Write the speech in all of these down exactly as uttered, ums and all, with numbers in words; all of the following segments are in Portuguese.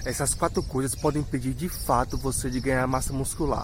Essas quatro coisas podem impedir de fato você de ganhar massa muscular.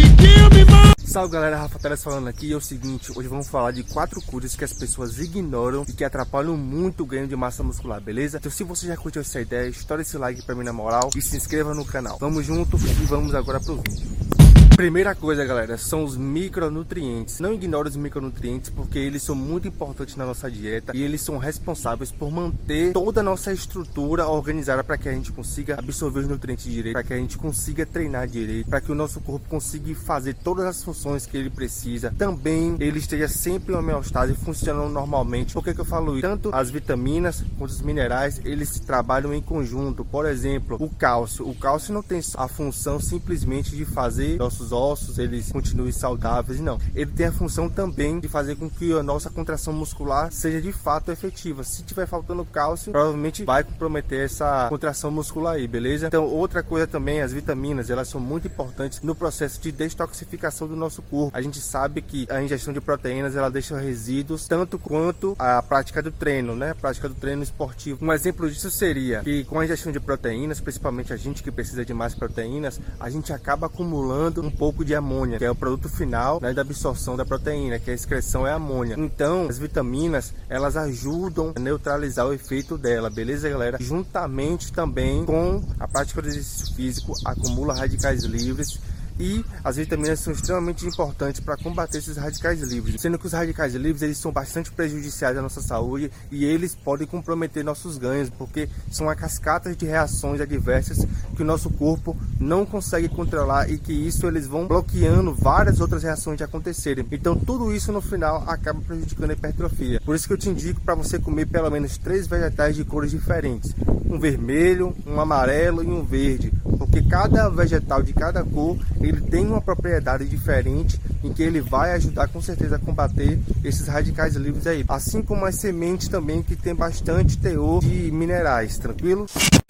Salve galera, Rafa Teles falando aqui. É o seguinte, hoje vamos falar de quatro coisas que as pessoas ignoram e que atrapalham muito o ganho de massa muscular, beleza? Então se você já curtiu essa ideia, estoura esse like pra mim na moral e se inscreva no canal. Vamos junto e vamos agora pro vídeo. Primeira coisa, galera, são os micronutrientes. Não ignore os micronutrientes porque eles são muito importantes na nossa dieta e eles são responsáveis por manter toda a nossa estrutura organizada para que a gente consiga absorver os nutrientes direito, para que a gente consiga treinar direito, para que o nosso corpo consiga fazer todas as funções que ele precisa. Também ele esteja sempre em homeostase, funcionando normalmente. Por que que eu falo isso? Tanto as vitaminas quanto os minerais, eles trabalham em conjunto. Por exemplo, o cálcio. O cálcio não tem a função simplesmente de fazer nossos ossos eles continuem saudáveis, não. Ele tem a função também de fazer com que a nossa contração muscular seja de fato efetiva. Se tiver faltando cálcio, provavelmente vai comprometer essa contração muscular aí, beleza? Então, outra coisa também, as vitaminas, elas são muito importantes no processo de detoxificação do nosso corpo. A gente sabe que a ingestão de proteínas, ela deixa resíduos, tanto quanto a prática do treino, né? A prática do treino esportivo. Um exemplo disso seria que com a ingestão de proteínas, principalmente a gente que precisa de mais proteínas, a gente acaba acumulando um pouco de amônia, que é o produto final, né, da absorção da proteína, que a excreção é amônia. Então, as vitaminas, elas ajudam a neutralizar o efeito dela, beleza, galera? Juntamente também com a prática do exercício físico, acumula radicais livres. E as vitaminas são extremamente importantes para combater esses radicais livres, sendo que os radicais livres eles são bastante prejudiciais à nossa saúde e eles podem comprometer nossos ganhos, porque são a cascata de reações adversas que o nosso corpo não consegue controlar e que isso eles vão bloqueando várias outras reações de acontecerem. Então tudo isso no final acaba prejudicando a hipertrofia. Por isso que eu te indico para você comer pelo menos três vegetais de cores diferentes, um vermelho, um amarelo e um verde, porque cada vegetal de cada cor ele tem uma propriedade diferente em que ele vai ajudar com certeza a combater esses radicais livres aí, assim como as sementes também, que tem bastante teor de minerais, tranquilo?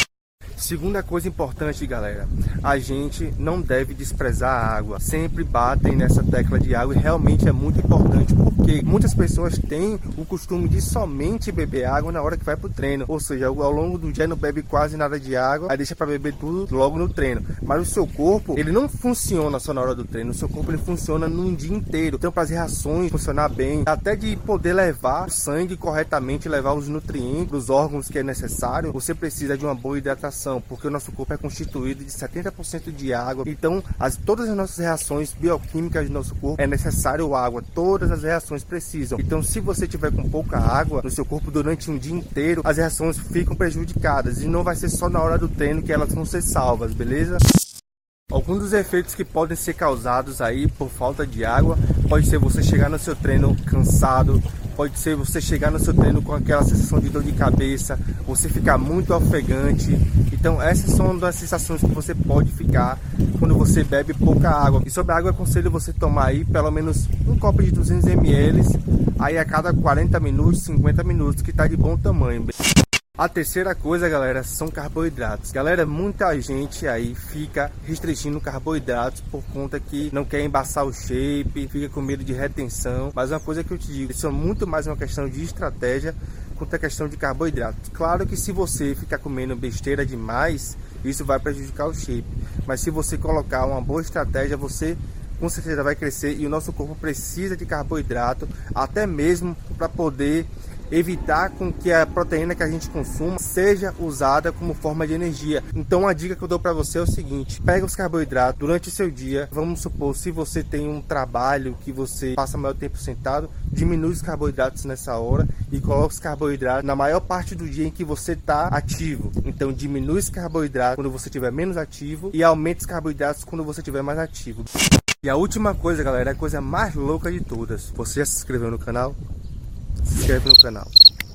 Segunda coisa importante, galera, a gente não deve desprezar a água. Sempre batem nessa tecla de água e realmente é muito importante, porque muitas pessoas têm o costume de somente beber água na hora que vai pro treino, ou seja, ao longo do dia não bebe quase nada de água, aí deixa para beber tudo logo no treino. Mas o seu corpo, ele não funciona só na hora do treino, o seu corpo ele funciona num dia inteiro. Então, para as reações funcionar bem, até de poder levar o sangue corretamente, levar os nutrientes para os órgãos que é necessário, você precisa de uma boa hidratação, porque o nosso corpo é constituído de setenta por cento de água. Então, as, todas as nossas reações bioquímicas do nosso corpo é necessário água. Todas as reações precisam. Então, se você tiver com pouca água no seu corpo durante um dia inteiro, as reações ficam prejudicadas e não vai ser só na hora do treino que elas vão ser salvas, beleza? Alguns dos efeitos que podem ser causados aí por falta de água pode ser você chegar no seu treino cansado, pode ser você chegar no seu treino com aquela sensação de dor de cabeça, você ficar muito ofegante. Então essas são uma das sensações que você pode ficar quando você bebe pouca água. E sobre a água, eu aconselho você tomar aí pelo menos um copo de duzentos mililitros aí a cada quarenta minutos, cinquenta minutos, que tá de bom tamanho. A terceira coisa, galera, são carboidratos. Galera, muita gente aí fica restringindo carboidratos por conta que não quer embaçar o shape, fica com medo de retenção. Mas uma coisa que eu te digo, isso é muito mais uma questão de estratégia quanto a questão de carboidratos. Claro que se você ficar comendo besteira demais, isso vai prejudicar o shape. Mas se você colocar uma boa estratégia, você com certeza vai crescer, e o nosso corpo precisa de carboidrato, até mesmo para poder evitar com que a proteína que a gente consuma seja usada como forma de energia. Então a dica que eu dou para você é o seguinte: pega os carboidratos durante o seu dia. Vamos supor, se você tem um trabalho que você passa maior tempo sentado, diminui os carboidratos nessa hora e coloca os carboidratos na maior parte do dia em que você está ativo. Então diminui os carboidratos quando você estiver menos ativo e aumenta os carboidratos quando você estiver mais ativo. E a última coisa, galera, é a coisa mais louca de todas. Você já se inscreveu no canal? Se inscreve no canal.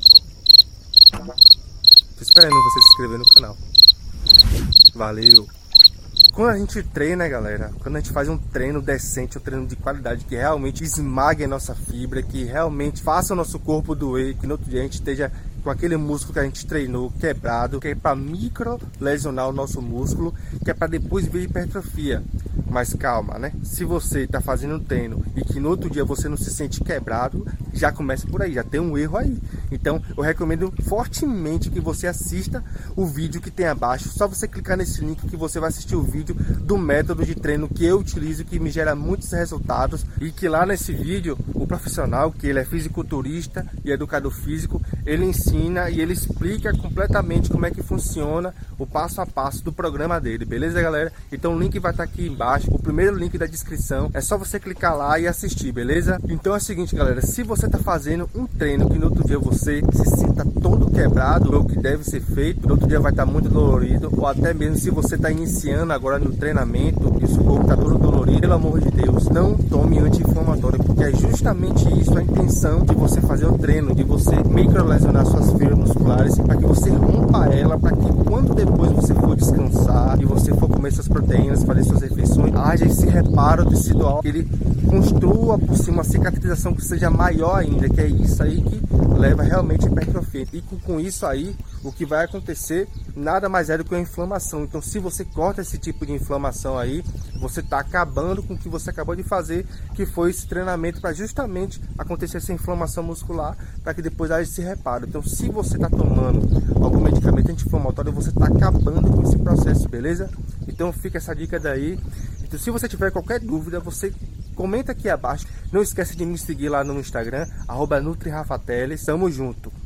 Tô esperando você se inscrever no canal. Valeu! Quando a gente treina, galera, quando a gente faz um treino decente, um treino de qualidade, que realmente esmague a nossa fibra, que realmente faça o nosso corpo doer, que no outro dia a gente esteja com aquele músculo que a gente treinou quebrado, que é para micro lesionar o nosso músculo, que é para depois vir hipertrofia. Mas calma, né? Se você tá fazendo um treino e que no outro dia você não se sente quebrado, já começa por aí, já tem um erro aí. Então eu recomendo fortemente que você assista o vídeo que tem abaixo. Só você clicar nesse link que você vai assistir o vídeo do método de treino que eu utilizo, que me gera muitos resultados. E que lá nesse vídeo, o profissional, que ele é fisiculturista e educador físico, ele ensina e ele explica completamente como é que funciona o passo a passo do programa dele, beleza, galera? Então o link vai estar aqui embaixo, o primeiro link da descrição, é só você clicar lá e assistir, beleza? Então é o seguinte, galera, se você tá fazendo um treino que no outro dia você se sinta todo quebrado, ou que deve ser feito, no outro dia vai estar muito dolorido, ou até mesmo se você tá iniciando agora no treinamento e o seu corpo tá todo dolorido, pelo amor de Deus, não tome anti-inflamatório, porque é justamente isso a intenção de você fazer o treino, de você microlesionar suas fibras musculares, para que você rompa ela, para que quando depois você for descansar e você for comer suas proteínas, fazer suas refeições, haja esse reparo tecidual, que ele construa por cima uma cicatrização que seja maior ainda, que é isso aí que leva realmente a hipertrofia. E com, com isso aí, o que vai acontecer nada mais é do que uma inflamação. Então se você corta esse tipo de inflamação aí, você está acabando com o que você acabou de fazer, que foi esse treinamento para justamente acontecer essa inflamação muscular, para que depois haja esse reparo. Então se você está tomando algum medicamento anti-inflamatório, você está acabando com esse processo, beleza? Então fica essa dica daí. Então se você tiver qualquer dúvida, você comenta aqui abaixo. Não esquece de me seguir lá no Instagram, arroba NutriRafaTeles. Tamo junto!